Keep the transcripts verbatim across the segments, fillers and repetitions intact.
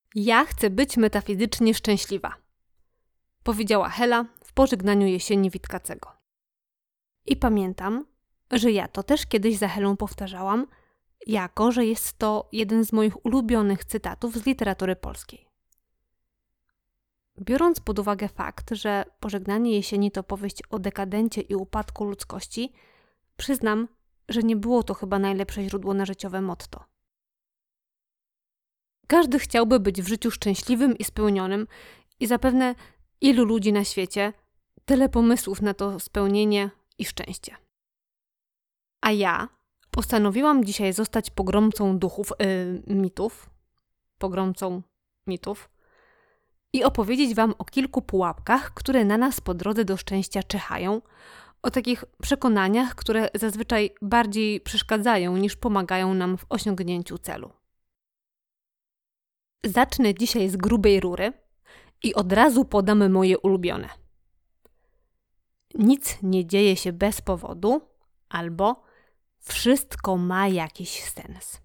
Ja chcę być metafizycznie szczęśliwa, powiedziała Hela w pożegnaniu jesieni Witkacego. I pamiętam, że ja to też kiedyś za Helą powtarzałam, jako że jest to jeden z moich ulubionych cytatów z literatury polskiej. Biorąc pod uwagę fakt, że Pożegnanie jesieni to powieść o dekadencie i upadku ludzkości, przyznam, że nie było to chyba najlepsze źródło na życiowe motto. Każdy chciałby być w życiu szczęśliwym i spełnionym i zapewne ilu ludzi na świecie, tyle pomysłów na to spełnienie i szczęście. A ja postanowiłam dzisiaj zostać pogromcą duchów, yy, mitów, pogromcą mitów i opowiedzieć Wam o kilku pułapkach, które na nas po drodze do szczęścia czyhają, o takich przekonaniach, które zazwyczaj bardziej przeszkadzają niż pomagają nam w osiągnięciu celu. Zacznę dzisiaj z grubej rury i od razu podam moje ulubione. Nic nie dzieje się bez powodu, albo wszystko ma jakiś sens.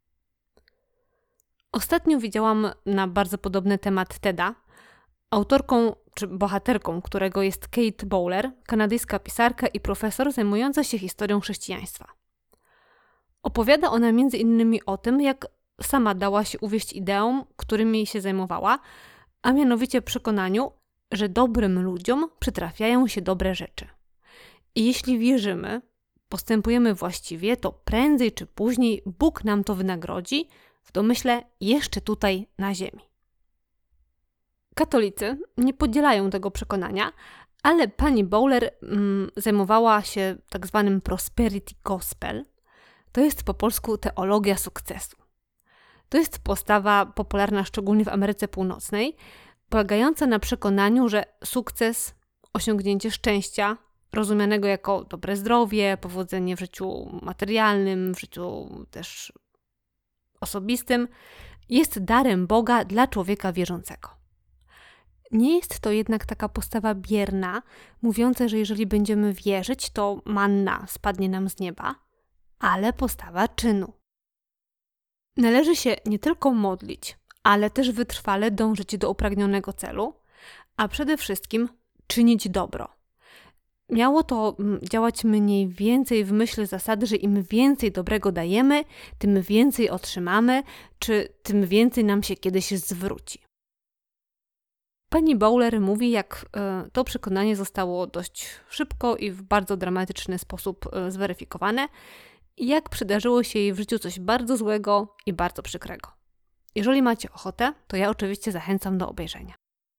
Ostatnio widziałam na bardzo podobny temat TEDa, autorką czy bohaterką którego jest Kate Bowler, kanadyjska pisarka i profesor zajmująca się historią chrześcijaństwa. Opowiada ona między innymi o tym, jak sama dała się uwieść ideom, którymi się zajmowała, a mianowicie przekonaniu, że dobrym ludziom przytrafiają się dobre rzeczy. I jeśli wierzymy, postępujemy właściwie, to prędzej czy później Bóg nam to wynagrodzi, w domyśle jeszcze tutaj na ziemi. Katolicy nie podzielają tego przekonania, ale pani Bowler mm, zajmowała się tak zwanym prosperity gospel. To jest po polsku teologia sukcesu. To jest postawa popularna szczególnie w Ameryce Północnej, polegająca na przekonaniu, że sukces, osiągnięcie szczęścia, rozumianego jako dobre zdrowie, powodzenie w życiu materialnym, w życiu też osobistym, jest darem Boga dla człowieka wierzącego. Nie jest to jednak taka postawa bierna, mówiąca, że jeżeli będziemy wierzyć, to manna spadnie nam z nieba, ale postawa czynu. Należy się nie tylko modlić, ale też wytrwale dążyć do upragnionego celu, a przede wszystkim czynić dobro. Miało to działać mniej więcej w myśl zasady, że im więcej dobrego dajemy, tym więcej otrzymamy, czy tym więcej nam się kiedyś zwróci. Pani Bowler mówi, jak to przekonanie zostało dość szybko i w bardzo dramatyczny sposób zweryfikowane, i jak przydarzyło się jej w życiu coś bardzo złego i bardzo przykrego. Jeżeli macie ochotę, to ja oczywiście zachęcam do obejrzenia.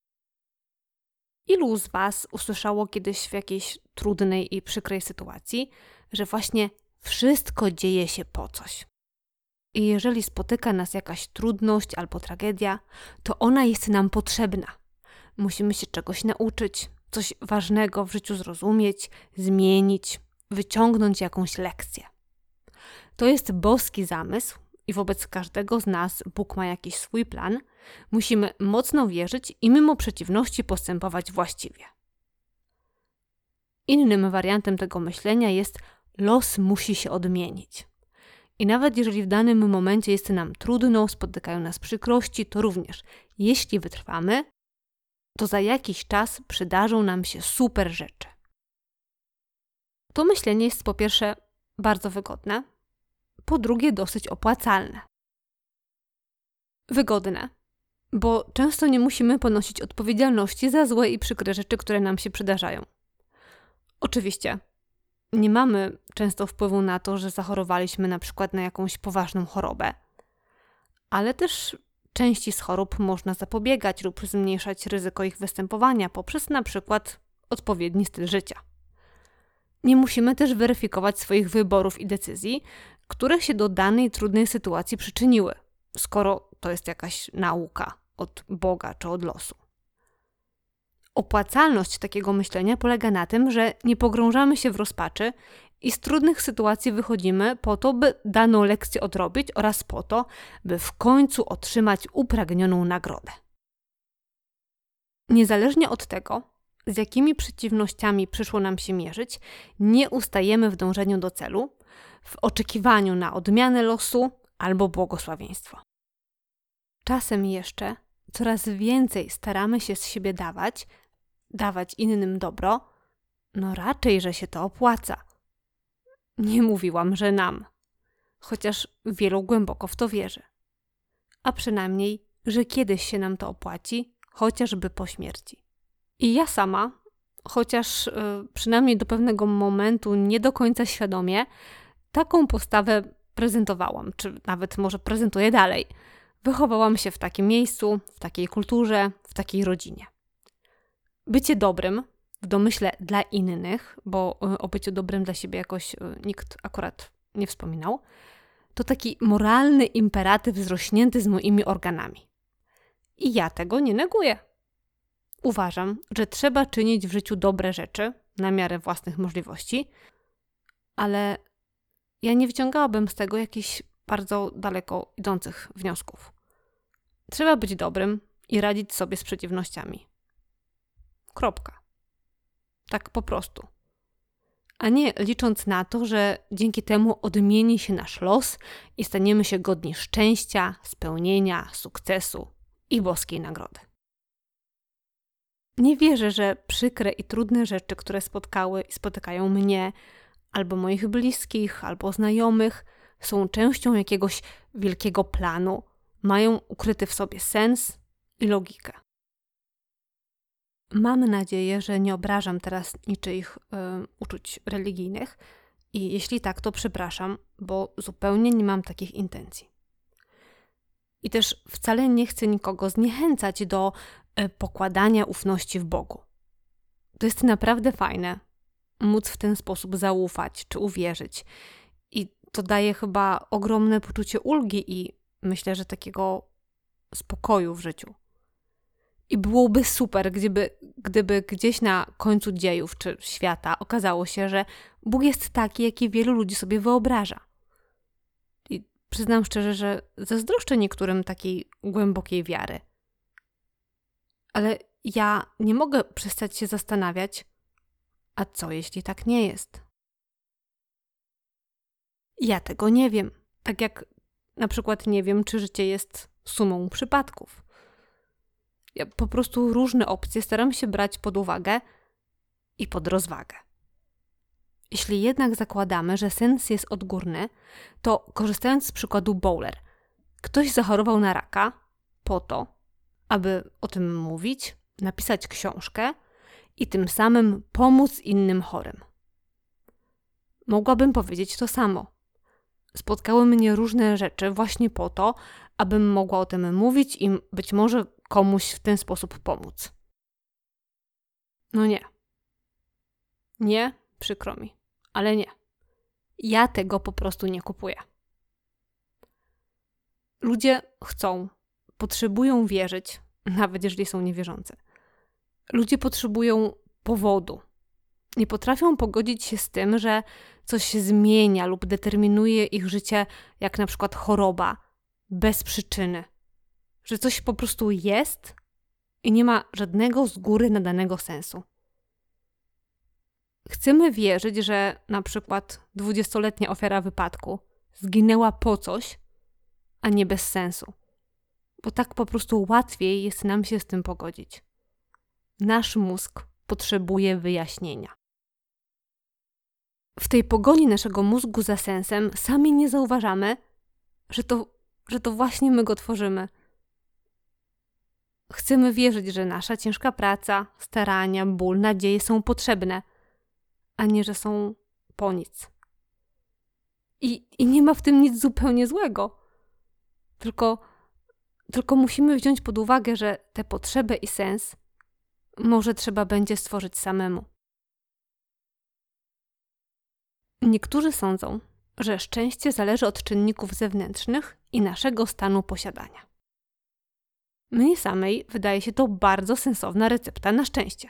Ilu z Was usłyszało kiedyś w jakiejś trudnej i przykrej sytuacji, że właśnie wszystko dzieje się po coś? I jeżeli spotyka nas jakaś trudność albo tragedia, to ona jest nam potrzebna. Musimy się czegoś nauczyć, coś ważnego w życiu zrozumieć, zmienić, wyciągnąć jakąś lekcję. To jest boski zamysł i wobec każdego z nas Bóg ma jakiś swój plan. Musimy mocno wierzyć i mimo przeciwności postępować właściwie. Innym wariantem tego myślenia jest los musi się odmienić. I nawet jeżeli w danym momencie jest nam trudno, spotykają nas przykrości, to również jeśli wytrwamy, to za jakiś czas przydarzą nam się super rzeczy. To myślenie jest po pierwsze bardzo wygodne, po drugie dosyć opłacalne. Wygodne, bo często nie musimy ponosić odpowiedzialności za złe i przykre rzeczy, które nam się przydarzają. Oczywiście nie mamy często wpływu na to, że zachorowaliśmy na przykład na jakąś poważną chorobę, ale też części z chorób można zapobiegać lub zmniejszać ryzyko ich występowania poprzez na przykład odpowiedni styl życia. Nie musimy też weryfikować swoich wyborów i decyzji, które się do danej trudnej sytuacji przyczyniły, skoro to jest jakaś nauka od Boga czy od losu. Opłacalność takiego myślenia polega na tym, że nie pogrążamy się w rozpaczy i z trudnych sytuacji wychodzimy po to, by daną lekcję odrobić oraz po to, by w końcu otrzymać upragnioną nagrodę. Niezależnie od tego, z jakimi przeciwnościami przyszło nam się mierzyć, nie ustajemy w dążeniu do celu, w oczekiwaniu na odmianę losu albo błogosławieństwo. czasem jeszcze coraz więcej staramy się z siebie dawać, dawać innym dobro, no raczej, że się to opłaca. Nie mówiłam, że nam, chociaż wielu głęboko w to wierzy. A przynajmniej, że kiedyś się nam to opłaci, chociażby po śmierci. I ja sama, chociaż yy, przynajmniej do pewnego momentu nie do końca świadomie, taką postawę prezentowałam, czy nawet może prezentuję dalej. Wychowałam się w takim miejscu, w takiej kulturze, w takiej rodzinie. Bycie dobrym, w domyśle dla innych, bo o byciu dobrym dla siebie jakoś nikt akurat nie wspominał, to taki moralny imperatyw zrośnięty z moimi organami. I ja tego nie neguję. Uważam, że trzeba czynić w życiu dobre rzeczy na miarę własnych możliwości, ale ja nie wyciągałabym z tego jakichś bardzo daleko idących wniosków. Trzeba być dobrym i radzić sobie z przeciwnościami. Kropka. Tak po prostu. A nie licząc na to, że dzięki temu odmieni się nasz los i staniemy się godni szczęścia, spełnienia, sukcesu i boskiej nagrody. Nie wierzę, że przykre i trudne rzeczy, które spotkały i spotykają mnie, albo moich bliskich, albo znajomych, są częścią jakiegoś wielkiego planu, mają ukryty w sobie sens i logikę. Mam nadzieję, że nie obrażam teraz niczyich y, uczuć religijnych i jeśli tak, to przepraszam, bo zupełnie nie mam takich intencji. I też wcale nie chcę nikogo zniechęcać do y, pokładania ufności w Bogu. To jest naprawdę fajne, móc w ten sposób zaufać czy uwierzyć. I to daje chyba ogromne poczucie ulgi i myślę, że takiego spokoju w życiu. I byłoby super, gdyby, gdyby gdzieś na końcu dziejów czy świata okazało się, że Bóg jest taki, jaki wielu ludzi sobie wyobraża. I przyznam szczerze, że zazdroszczę niektórym takiej głębokiej wiary. Ale ja nie mogę przestać się zastanawiać, a co jeśli tak nie jest? Ja tego nie wiem. Tak jak na przykład nie wiem, czy życie jest sumą przypadków. Ja po prostu różne opcje staram się brać pod uwagę i pod rozwagę. Jeśli jednak zakładamy, że sens jest odgórny, to korzystając z przykładu Bowler, ktoś zachorował na raka po to, aby o tym mówić, napisać książkę i tym samym pomóc innym chorym. Mogłabym powiedzieć to samo. Spotkały mnie różne rzeczy właśnie po to, abym mogła o tym mówić i być może komuś w ten sposób pomóc. No nie. Nie, przykro mi, ale nie. Ja tego po prostu nie kupuję. Ludzie chcą, potrzebują wierzyć, nawet jeżeli są niewierzący. Ludzie potrzebują powodu. Nie potrafią pogodzić się z tym, że coś się zmienia lub determinuje ich życie, jak na przykład choroba, bez przyczyny. Że coś po prostu jest i nie ma żadnego z góry nadanego sensu. Chcemy wierzyć, że na przykład dwudziestoletnia ofiara wypadku zginęła po coś, a nie bez sensu. Bo tak po prostu łatwiej jest nam się z tym pogodzić. Nasz mózg potrzebuje wyjaśnienia. W tej pogoni naszego mózgu za sensem sami nie zauważamy, że to, że to właśnie my go tworzymy. Chcemy wierzyć, że nasza ciężka praca, starania, ból, nadzieje są potrzebne, a nie, że są po nic. I, i nie ma w tym nic zupełnie złego. Tylko, tylko musimy wziąć pod uwagę, że tę potrzebę i sens może trzeba będzie stworzyć samemu. Niektórzy sądzą, że szczęście zależy od czynników zewnętrznych i naszego stanu posiadania. Mnie samej wydaje się to bardzo sensowna recepta na szczęście.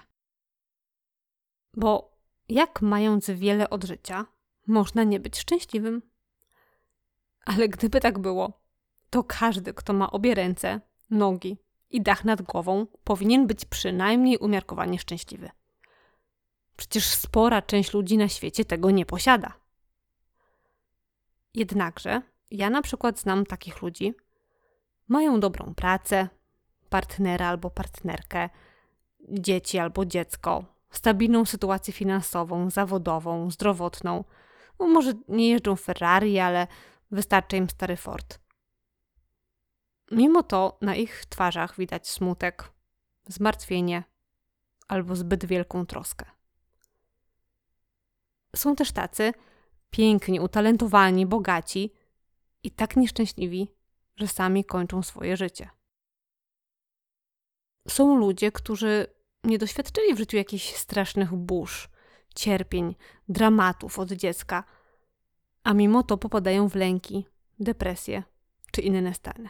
Bo jak mając wiele od życia, można nie być szczęśliwym? Ale gdyby tak było, to każdy, kto ma obie ręce, nogi i dach nad głową, powinien być przynajmniej umiarkowanie szczęśliwy. Przecież spora część ludzi na świecie tego nie posiada. Jednakże ja na przykład znam takich ludzi, Mają dobrą pracę, partnera albo partnerkę, dzieci albo dziecko, stabilną sytuację finansową, zawodową, zdrowotną. No może nie jeżdżą Ferrari, ale wystarczy im stary Ford. Mimo to na ich twarzach widać smutek, zmartwienie albo zbyt wielką troskę. Są też tacy piękni, utalentowani, bogaci i tak nieszczęśliwi, że sami kończą swoje życie. Są ludzie, którzy nie doświadczyli w życiu jakichś strasznych burz, cierpień, dramatów od dziecka, a mimo to popadają w lęki, depresje czy inne stany.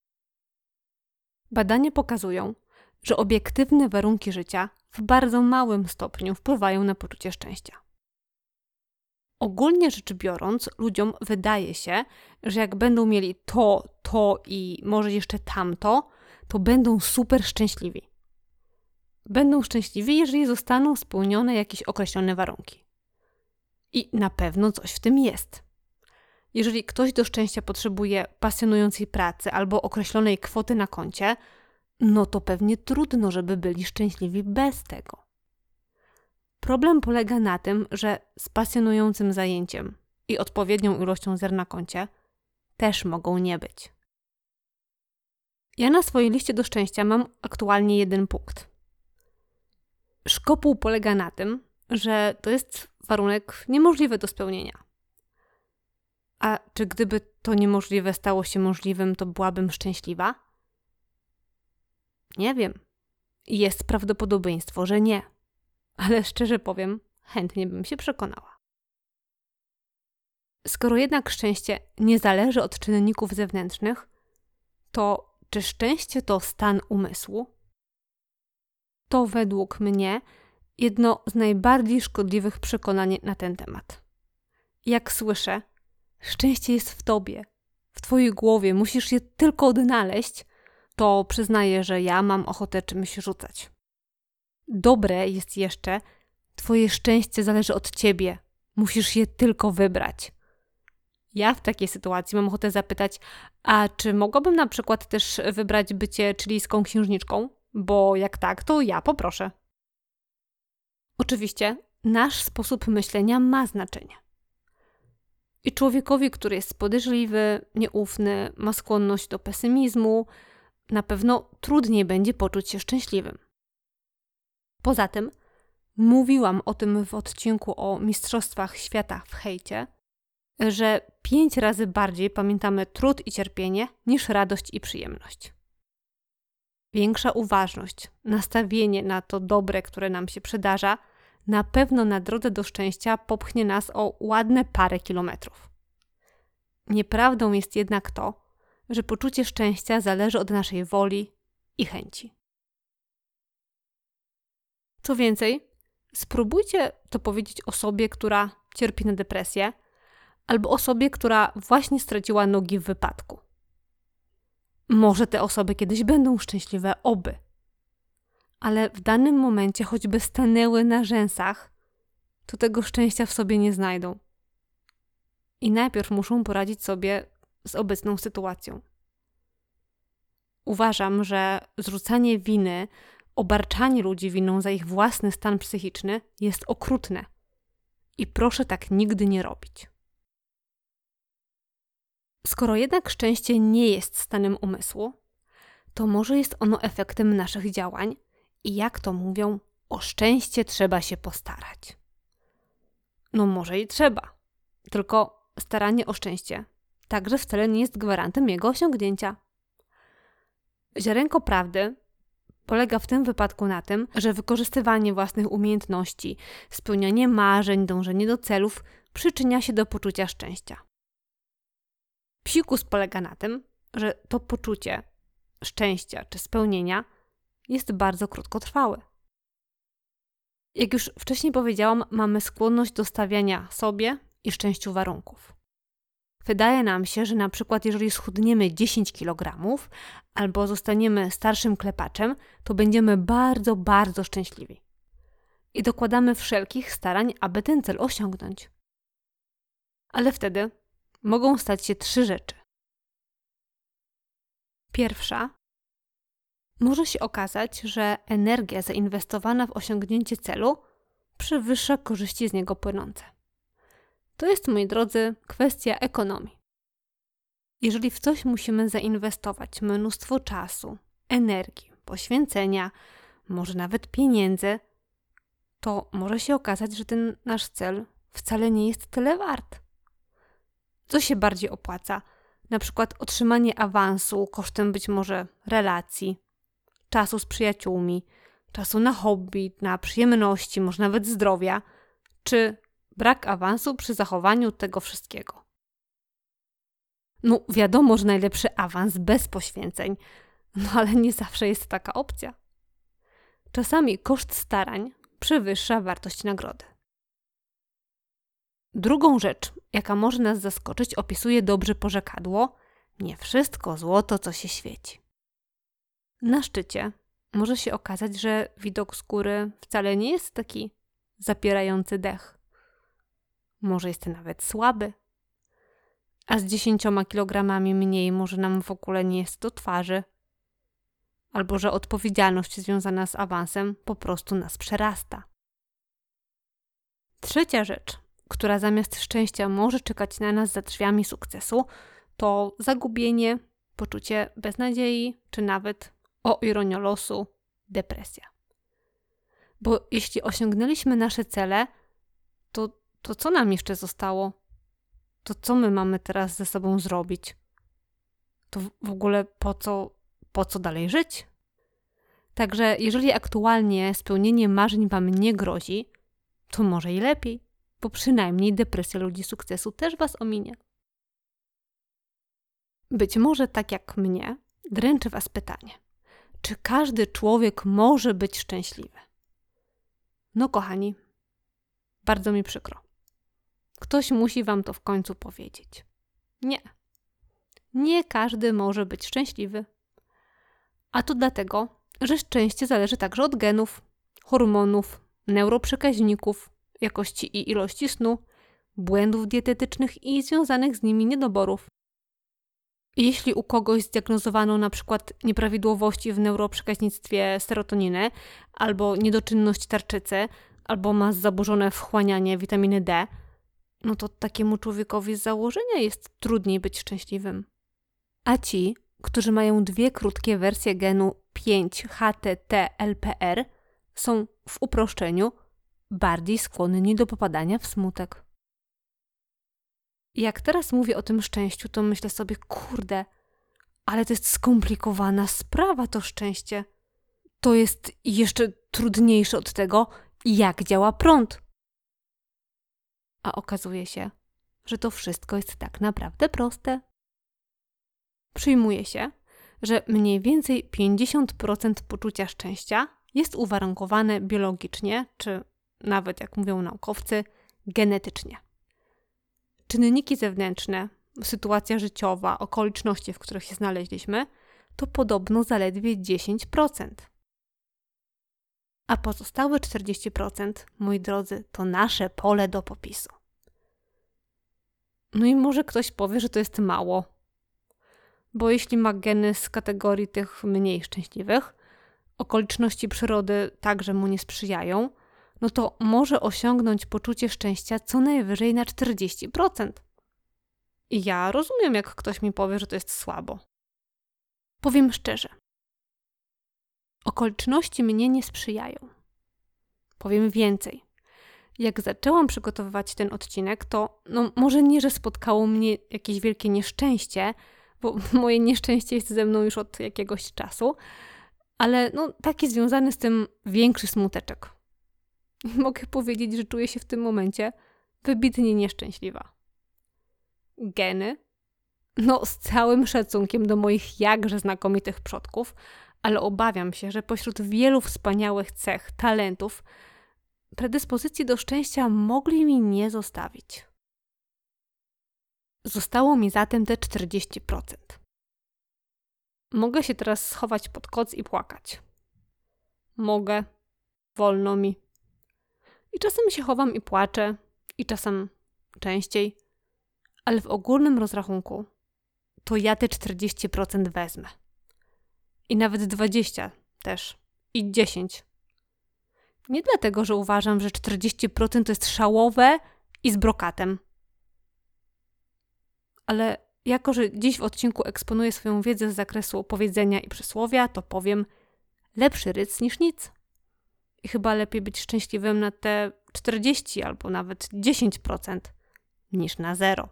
Badania pokazują, że obiektywne warunki życia w bardzo małym stopniu wpływają na poczucie szczęścia. Ogólnie rzecz biorąc, ludziom wydaje się, że jak będą mieli to, to i może jeszcze tamto, to będą super szczęśliwi. Będą szczęśliwi, jeżeli zostaną spełnione jakieś określone warunki. I na pewno coś w tym jest. Jeżeli ktoś do szczęścia potrzebuje pasjonującej pracy albo określonej kwoty na koncie, no to pewnie trudno, żeby byli szczęśliwi bez tego. Problem polega na tym, że z pasjonującym zajęciem i odpowiednią ilością zer na koncie też mogą nie być. Ja na swojej liście do szczęścia mam aktualnie jeden punkt. Szkopuł polega na tym, że to jest warunek niemożliwy do spełnienia. A czy gdyby to niemożliwe stało się możliwym, to byłabym szczęśliwa? Nie wiem. Jest prawdopodobieństwo, że nie. Ale szczerze powiem, chętnie bym się przekonała. Skoro jednak szczęście nie zależy od czynników zewnętrznych, to czy szczęście to stan umysłu? To według mnie jedno z najbardziej szkodliwych przekonań na ten temat. Jak słyszę, szczęście jest w tobie, w twojej głowie, musisz je tylko odnaleźć, to przyznaję, że ja mam ochotę czymś rzucać. Dobre jest jeszcze, twoje szczęście zależy od ciebie, musisz je tylko wybrać. Ja w takiej sytuacji mam ochotę zapytać, a czy mogłabym na przykład też wybrać bycie chilijską księżniczką? Bo jak tak, to ja poproszę. Oczywiście nasz sposób myślenia ma znaczenie. I człowiekowi, który jest podejrzliwy, nieufny, ma skłonność do pesymizmu, na pewno trudniej będzie poczuć się szczęśliwym. Poza tym, mówiłam o tym w odcinku o Mistrzostwach Świata w hejcie, że pięć razy bardziej pamiętamy trud i cierpienie niż radość i przyjemność. Większa uważność, nastawienie na to dobre, które nam się przydarza, na pewno na drodze do szczęścia popchnie nas o ładne parę kilometrów. Nieprawdą jest jednak to, że poczucie szczęścia zależy od naszej woli i chęci. Co więcej, spróbujcie to powiedzieć osobie, która cierpi na depresję, albo osobie, która właśnie straciła nogi w wypadku. Może te osoby kiedyś będą szczęśliwe, oby. Ale w danym momencie, choćby stanęły na rzęsach, to tego szczęścia w sobie nie znajdą. I najpierw muszą poradzić sobie z obecną sytuacją. Uważam, że zrzucanie winy, obarczanie ludzi winą za ich własny stan psychiczny jest okrutne. I proszę tak nigdy nie robić. Skoro jednak szczęście nie jest stanem umysłu, to może jest ono efektem naszych działań i jak to mówią, o szczęście trzeba się postarać. No może i trzeba, tylko staranie o szczęście także wcale nie jest gwarantem jego osiągnięcia. Ziarenko prawdy polega w tym wypadku na tym, że wykorzystywanie własnych umiejętności, spełnianie marzeń, dążenie do celów przyczynia się do poczucia szczęścia. Psikus polega na tym, że to poczucie szczęścia czy spełnienia jest bardzo krótkotrwałe. Jak już wcześniej powiedziałam, mamy skłonność do stawiania sobie i szczęściu warunków. Wydaje nam się, że na przykład jeżeli schudniemy dziesięć kilogramów albo zostaniemy starszym klepaczem, to będziemy bardzo, bardzo szczęśliwi. I dokładamy wszelkich starań, aby ten cel osiągnąć. Ale wtedy mogą stać się trzy rzeczy. Pierwsza, może się okazać, że energia zainwestowana w osiągnięcie celu przewyższa korzyści z niego płynące. To jest, moi drodzy, kwestia ekonomii. Jeżeli w coś musimy zainwestować mnóstwo czasu, energii, poświęcenia, może nawet pieniędzy, to może się okazać, że ten nasz cel wcale nie jest tyle wart. Co się bardziej opłaca? Na przykład otrzymanie awansu kosztem być może relacji, czasu z przyjaciółmi, czasu na hobby, na przyjemności, może nawet zdrowia, czy brak awansu przy zachowaniu tego wszystkiego. No wiadomo, że najlepszy awans bez poświęceń, no ale nie zawsze jest taka opcja. Czasami koszt starań przewyższa wartość nagrody. Drugą rzecz, jaka może nas zaskoczyć, opisuje dobrze porzekadło: nie wszystko złoto, co się świeci. Na szczycie może się okazać, że widok z góry wcale nie jest taki zapierający dech. Może jest nawet słaby, a z dziesięcioma kilogramami mniej może nam w ogóle nie jest do twarzy. Albo że odpowiedzialność związana z awansem po prostu nas przerasta. Trzecia rzecz, która zamiast szczęścia może czekać na nas za drzwiami sukcesu, to zagubienie, poczucie beznadziei, czy nawet, o ironio losu, depresja. Bo jeśli osiągnęliśmy nasze cele, to, to co nam jeszcze zostało? To co my mamy teraz ze sobą zrobić? To w ogóle po co, po co dalej żyć? Także jeżeli aktualnie spełnienie marzeń Wam nie grozi, to może i lepiej, bo przynajmniej depresja ludzi sukcesu też Was ominie. Być może tak jak mnie, dręczy Was pytanie, czy każdy człowiek może być szczęśliwy? No kochani, bardzo mi przykro. Ktoś musi Wam to w końcu powiedzieć. Nie. Nie każdy może być szczęśliwy. A to dlatego, że szczęście zależy także od genów, hormonów, neuroprzekaźników, jakości i ilości snu, błędów dietetycznych i związanych z nimi niedoborów. Jeśli u kogoś zdiagnozowano na przykład nieprawidłowości w neuroprzekaźnictwie serotoniny, albo niedoczynność tarczycy, albo ma zaburzone wchłanianie witaminy D, no to takiemu człowiekowi z założenia jest trudniej być szczęśliwym. A ci, którzy mają dwie krótkie wersje genu pięć H T T L P R, są w uproszczeniu bardziej skłonni do popadania w smutek. Jak teraz mówię o tym szczęściu, to myślę sobie, kurde, ale to jest skomplikowana sprawa to szczęście. To jest jeszcze trudniejsze od tego, jak działa prąd. A okazuje się, że to wszystko jest tak naprawdę proste. Przyjmuje się, że mniej więcej pięćdziesiąt procent poczucia szczęścia jest uwarunkowane biologicznie, czy nawet, jak mówią naukowcy, genetycznie. Czynniki zewnętrzne, sytuacja życiowa, okoliczności, w których się znaleźliśmy, to podobno zaledwie dziesięć procent. A pozostałe czterdzieści procent, moi drodzy, to nasze pole do popisu. No i może ktoś powie, że to jest mało. Bo jeśli ma geny z kategorii tych mniej szczęśliwych, okoliczności przyrody także mu nie sprzyjają, no to może osiągnąć poczucie szczęścia co najwyżej na czterdzieści procent. I ja rozumiem, jak ktoś mi powie, że to jest słabo. Powiem szczerze. Okoliczności mnie nie sprzyjają. Powiem więcej. Jak zaczęłam przygotowywać ten odcinek, to no może nie, że spotkało mnie jakieś wielkie nieszczęście, bo moje nieszczęście jest ze mną już od jakiegoś czasu, ale no taki związany z tym większy smuteczek. I mogę powiedzieć, że czuję się w tym momencie wybitnie nieszczęśliwa. Geny? No z całym szacunkiem do moich jakże znakomitych przodków, ale obawiam się, że pośród wielu wspaniałych cech, talentów, predyspozycji do szczęścia mogli mi nie zostawić. Zostało mi zatem te czterdzieści procent. Mogę się teraz schować pod koc i płakać. Mogę. Wolno mi. I czasem się chowam i płaczę, i czasem częściej, ale w ogólnym rozrachunku to ja te czterdzieści procent wezmę. I nawet dwadzieścia też. I dziesięć. Nie dlatego, że uważam, że czterdzieści procent to jest szałowe i z brokatem. Ale jako, że dziś w odcinku eksponuję swoją wiedzę z zakresu powiedzenia i przysłowia, to powiem lepszy ryc niż nic. I chyba lepiej być szczęśliwym na te czterdzieści albo nawet dziesięć procent niż na zero.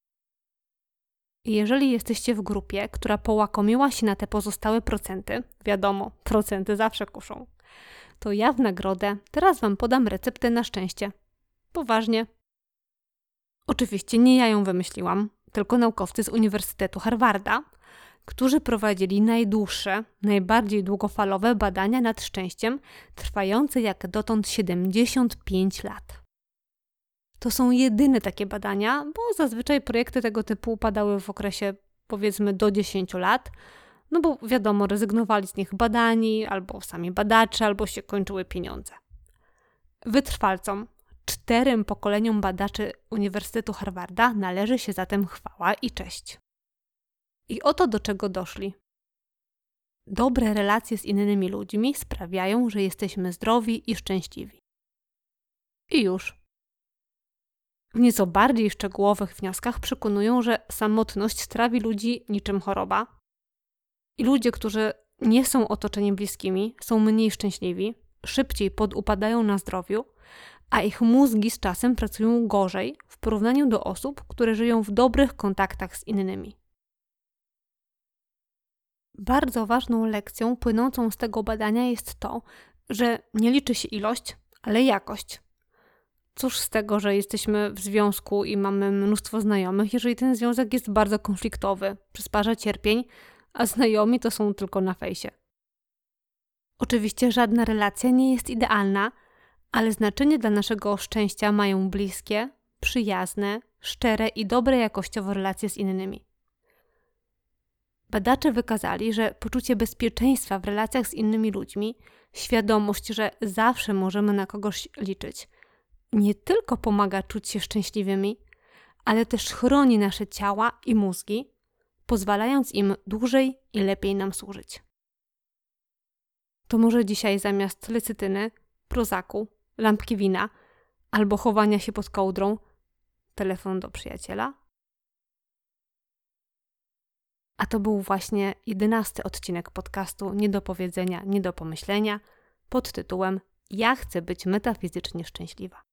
I jeżeli jesteście w grupie, która połakomiła się na te pozostałe procenty, wiadomo, procenty zawsze kuszą, to ja w nagrodę teraz Wam podam receptę na szczęście. Poważnie. Oczywiście nie ja ją wymyśliłam, tylko naukowcy z Uniwersytetu Harvarda, którzy prowadzili najdłuższe, najbardziej długofalowe badania nad szczęściem, trwające jak dotąd siedemdziesiąt pięć lat. To są jedyne takie badania, bo zazwyczaj projekty tego typu padały w okresie powiedzmy do dziesięciu lat, no bo wiadomo, rezygnowali z nich badani, albo sami badacze, albo się kończyły pieniądze. Wytrwalcom, czterem pokoleniom badaczy Uniwersytetu Harvarda należy się zatem chwała i cześć. I oto do czego doszli. Dobre relacje z innymi ludźmi sprawiają, że jesteśmy zdrowi i szczęśliwi. I już. W nieco bardziej szczegółowych wnioskach przekonują, że samotność trawi ludzi niczym choroba. I ludzie, którzy nie są otoczeni bliskimi, są mniej szczęśliwi, szybciej podupadają na zdrowiu, a ich mózgi z czasem pracują gorzej w porównaniu do osób, które żyją w dobrych kontaktach z innymi. Bardzo ważną lekcją płynącą z tego badania jest to, że nie liczy się ilość, ale jakość. Cóż z tego, że jesteśmy w związku i mamy mnóstwo znajomych, jeżeli ten związek jest bardzo konfliktowy, przysparza cierpień, a znajomi to są tylko na fejsie. Oczywiście żadna relacja nie jest idealna, ale znaczenie dla naszego szczęścia mają bliskie, przyjazne, szczere i dobre jakościowo relacje z innymi. Badacze wykazali, że poczucie bezpieczeństwa w relacjach z innymi ludźmi, świadomość, że zawsze możemy na kogoś liczyć, nie tylko pomaga czuć się szczęśliwymi, ale też chroni nasze ciała i mózgi, pozwalając im dłużej i lepiej nam służyć. To może dzisiaj zamiast lecytyny, prozaku, lampki wina albo chowania się pod kołdrą, telefon do przyjaciela? A to był właśnie jedenasty odcinek podcastu Nie do powiedzenia, nie do pomyślenia pod tytułem Ja chcę być metafizycznie szczęśliwa.